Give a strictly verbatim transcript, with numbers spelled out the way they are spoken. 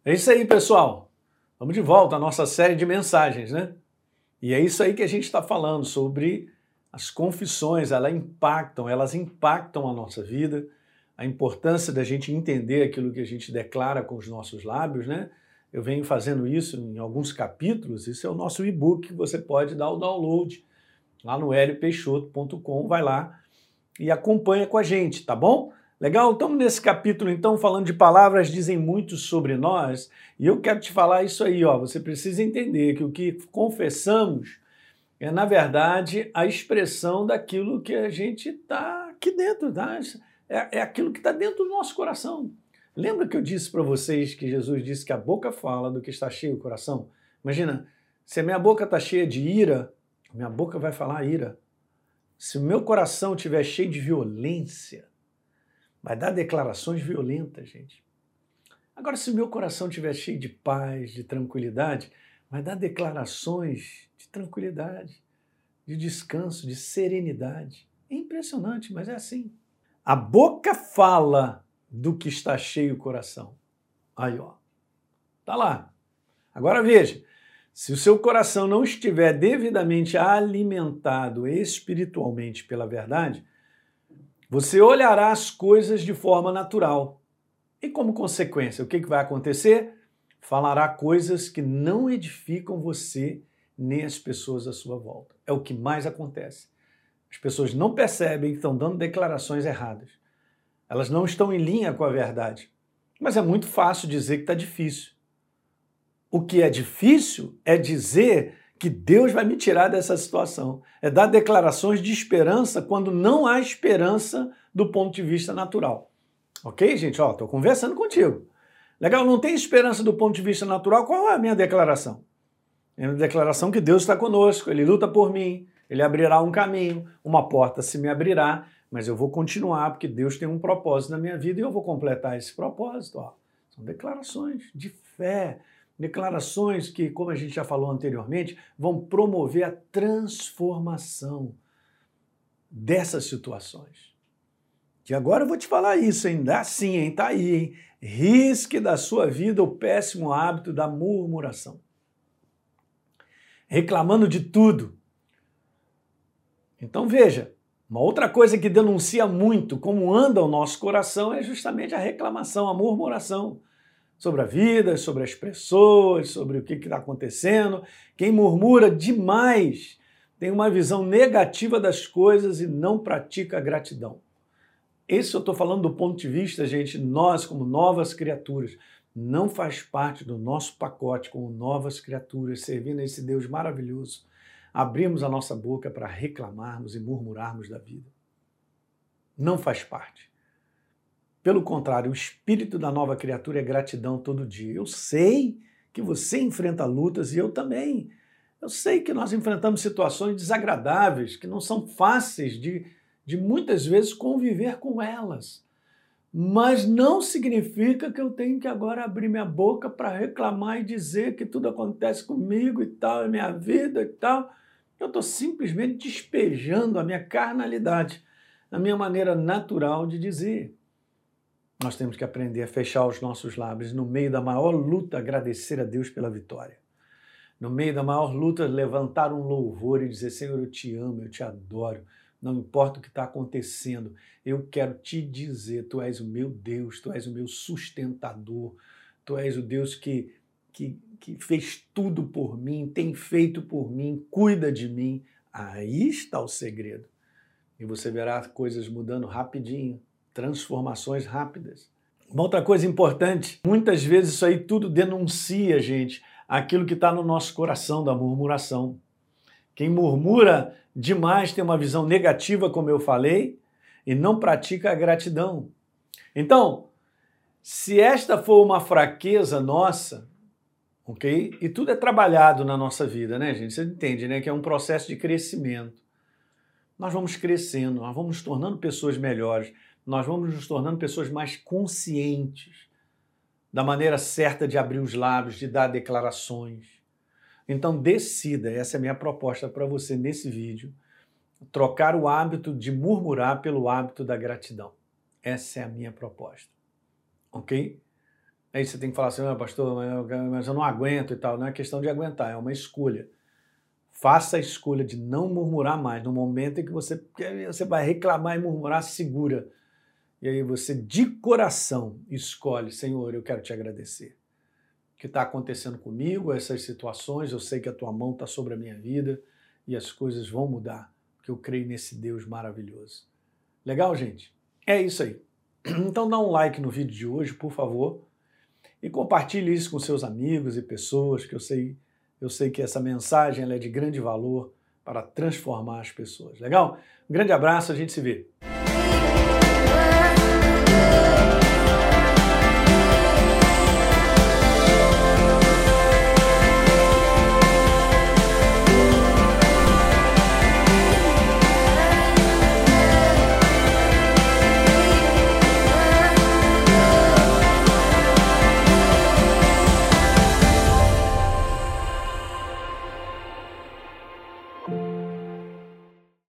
É isso aí, pessoal. Vamos de volta à nossa série de mensagens, né? E é isso aí que a gente está falando sobre as confissões. Elas impactam, elas impactam a nossa vida, a importância da gente entender aquilo que a gente declara com os nossos lábios, né? Eu venho fazendo isso em alguns capítulos. Isso é o nosso e-book que você pode dar o download lá no helio peixoto ponto com. Vai lá e acompanha com a gente, tá bom? Legal? Estamos nesse capítulo, então, falando de palavras dizem muito sobre nós, e eu quero te falar isso aí, ó. Você precisa entender que o que confessamos é, na verdade, a expressão daquilo que a gente está aqui dentro, tá? É, é aquilo que está dentro do nosso coração. Lembra que eu disse para vocês que Jesus disse que a boca fala do que está cheio o coração? Imagina, se a minha boca está cheia de ira, minha boca vai falar ira. Se o meu coração estiver cheio de violência, vai dar declarações violentas, gente. Agora, se o meu coração estiver cheio de paz, de tranquilidade, vai dar declarações de tranquilidade, de descanso, de serenidade. É impressionante, mas é assim. A boca fala do que está cheio o coração. Aí, ó. Tá lá. Agora veja, se o seu coração não estiver devidamente alimentado espiritualmente pela verdade, você olhará as coisas de forma natural. E como consequência, o que vai acontecer? Falará coisas que não edificam você nem as pessoas à sua volta. É o que mais acontece. As pessoas não percebem que estão dando declarações erradas. Elas não estão em linha com a verdade. Mas é muito fácil dizer que está difícil. O que é difícil é dizer que Deus vai me tirar dessa situação. É dar declarações de esperança quando não há esperança do ponto de vista natural. Ok, gente? Ó, estou conversando contigo. Legal? Não tem esperança do ponto de vista natural. Qual é a minha declaração? É a declaração que Deus está conosco, Ele luta por mim, Ele abrirá um caminho, uma porta se me abrirá, mas eu vou continuar porque Deus tem um propósito na minha vida e eu vou completar esse propósito. Ó. São declarações de fé, declarações que, como a gente já falou anteriormente, vão promover a transformação dessas situações. Que agora eu vou te falar isso, hein? Dá sim, hein? Tá aí, hein? Risque da sua vida o péssimo hábito da murmuração. Reclamando de tudo. Então veja, uma outra coisa que denuncia muito como anda o nosso coração é justamente a reclamação, a murmuração. Sobre a vida, sobre as pessoas, sobre o que está acontecendo. Quem murmura demais tem uma visão negativa das coisas e não pratica a gratidão. Esse eu estou falando do ponto de vista, gente, nós como novas criaturas, não faz parte do nosso pacote como novas criaturas, servindo a esse Deus maravilhoso, abrimos a nossa boca para reclamarmos e murmurarmos da vida. Não faz parte. Pelo contrário, o espírito da nova criatura é gratidão todo dia. Eu sei que você enfrenta lutas e eu também. Eu sei que nós enfrentamos situações desagradáveis, que não são fáceis de, de muitas vezes conviver com elas. Mas não significa que eu tenho que agora abrir minha boca para reclamar e dizer que tudo acontece comigo e tal, é minha vida e tal. Eu estou simplesmente despejando a minha carnalidade, a minha maneira natural de dizer. Nós temos que aprender a fechar os nossos lábios, no meio da maior luta, agradecer a Deus pela vitória. No meio da maior luta, levantar um louvor e dizer, Senhor, eu te amo, eu te adoro, não importa o que está acontecendo, eu quero te dizer, Tu és o meu Deus, Tu és o meu sustentador, Tu és o Deus que, que, que fez tudo por mim, tem feito por mim, cuida de mim. Aí está o segredo. E você verá coisas mudando rapidinho. Transformações rápidas. Uma outra coisa importante, muitas vezes isso aí tudo denuncia, gente, aquilo que está no nosso coração da murmuração. Quem murmura demais tem uma visão negativa, como eu falei, e não pratica a gratidão. Então, se esta for uma fraqueza nossa, ok? E tudo é trabalhado na nossa vida, né, gente? Você entende, né? Que é um processo de crescimento. Nós vamos crescendo, nós vamos nos tornando pessoas melhores. Nós vamos nos tornando pessoas mais conscientes da maneira certa de abrir os lábios, de dar declarações. Então decida, essa é a minha proposta para você nesse vídeo, trocar o hábito de murmurar pelo hábito da gratidão. Essa é a minha proposta, ok? Aí você tem que falar assim, ah, pastor, mas eu não aguento e tal. Não é questão de aguentar, é uma escolha. Faça a escolha de não murmurar mais. No momento em que você, você vai reclamar e murmurar, segura. E aí você, de coração, escolhe, Senhor, eu quero te agradecer. O que está acontecendo comigo, essas situações, eu sei que a tua mão está sobre a minha vida e as coisas vão mudar, porque eu creio nesse Deus maravilhoso. Legal, gente? É isso aí. Então dá um like no vídeo de hoje, por favor, e compartilhe isso com seus amigos e pessoas, que eu sei, eu sei que essa mensagem ela é de grande valor para transformar as pessoas. Legal? Um grande abraço, a gente se vê.